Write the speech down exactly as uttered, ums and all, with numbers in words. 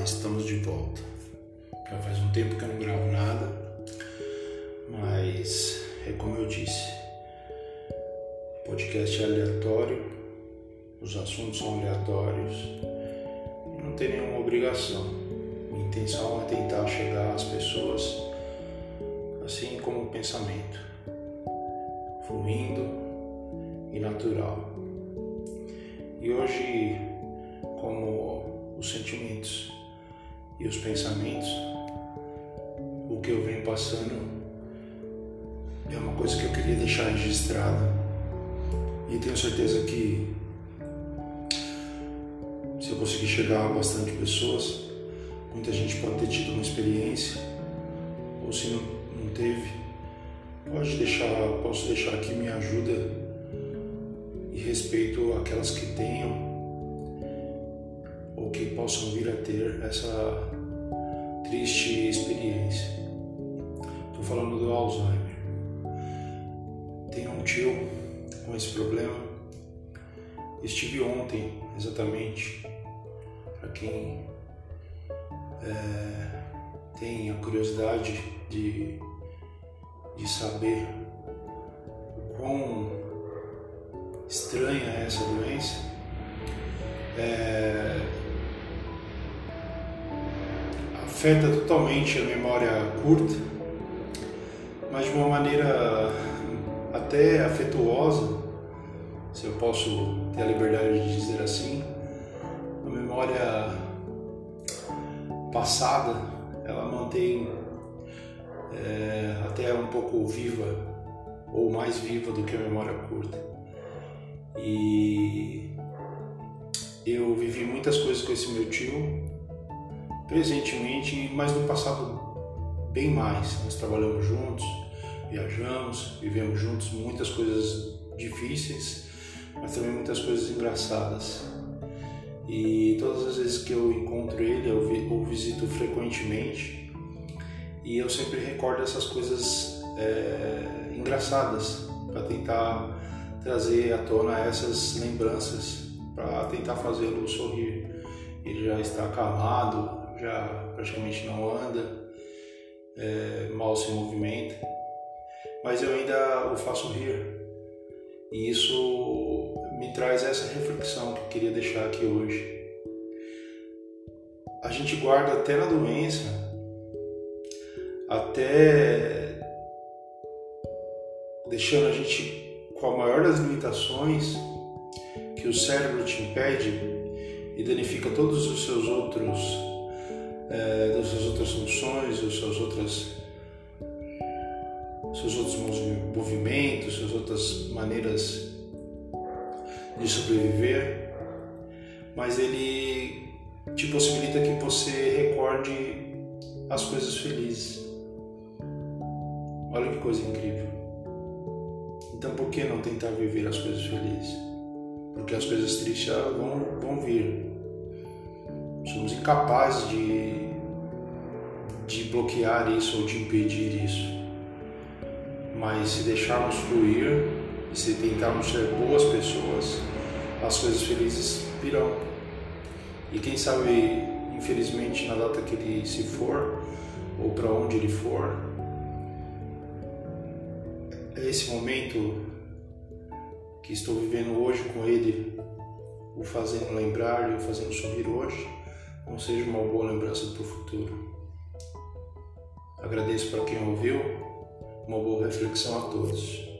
Olá, estamos de volta. Já faz um tempo que eu não gravo nada, mas é como eu disse, o podcast é aleatório, os assuntos são aleatórios e não tem nenhuma obrigação. Minha intenção é tentar chegar às pessoas assim como o pensamento, fluindo e natural. E hoje, como os sentimentos e os pensamentos, o que eu venho passando é uma coisa que eu queria deixar registrada, e tenho certeza que se eu conseguir chegar a bastante pessoas, muita gente pode ter tido uma experiência, ou se não, não teve, pode deixar, posso deixar aqui minha ajuda e respeito àquelas que tenham ou que possam vir a ter essa triste experiência. Estou falando do Alzheimer. Tenho um tio com esse problema. Estive ontem, exatamente, para quem é, tem a curiosidade de, de saber o quão estranha é essa doença. É, afeta totalmente a memória curta, mas de uma maneira até afetuosa, se eu posso ter a liberdade de dizer assim. A memória passada, ela mantém é, até um pouco viva, ou mais viva do que a memória curta. E eu vivi muitas coisas com esse meu tio, presentemente, mas no passado bem mais. Nós trabalhamos juntos, viajamos, vivemos juntos muitas coisas difíceis, mas também muitas coisas engraçadas. E todas as vezes que eu encontro ele, eu o visito frequentemente, e eu sempre recordo essas coisas é, engraçadas, para tentar trazer à tona essas lembranças, para tentar fazê-lo sorrir. Ele já está acamado, já praticamente não anda, é, mal se movimenta, mas eu ainda o faço rir, e isso me traz essa reflexão que eu queria deixar aqui hoje. A gente guarda até na doença, até deixando a gente com a maior das limitações, que o cérebro te impede e danifica todos os seus outros é, das suas outras funções, os seus outras seus outros movimentos, suas outras maneiras de sobreviver, mas ele te possibilita que você recorde as coisas felizes. Olha que coisa incrível. Então por que não tentar viver as coisas felizes? Porque as coisas tristes vão, vão vir. Somos incapazes de, de bloquear isso ou de impedir isso. Mas se deixarmos fluir e se tentarmos ser boas pessoas, as coisas felizes virão. E quem sabe, infelizmente, na data que ele se for, ou para onde ele for, é esse momento que estou vivendo hoje com ele, o fazendo lembrar e o fazendo sorrir hoje, não seja uma boa lembrança para o futuro. Agradeço para quem ouviu, uma boa reflexão a todos.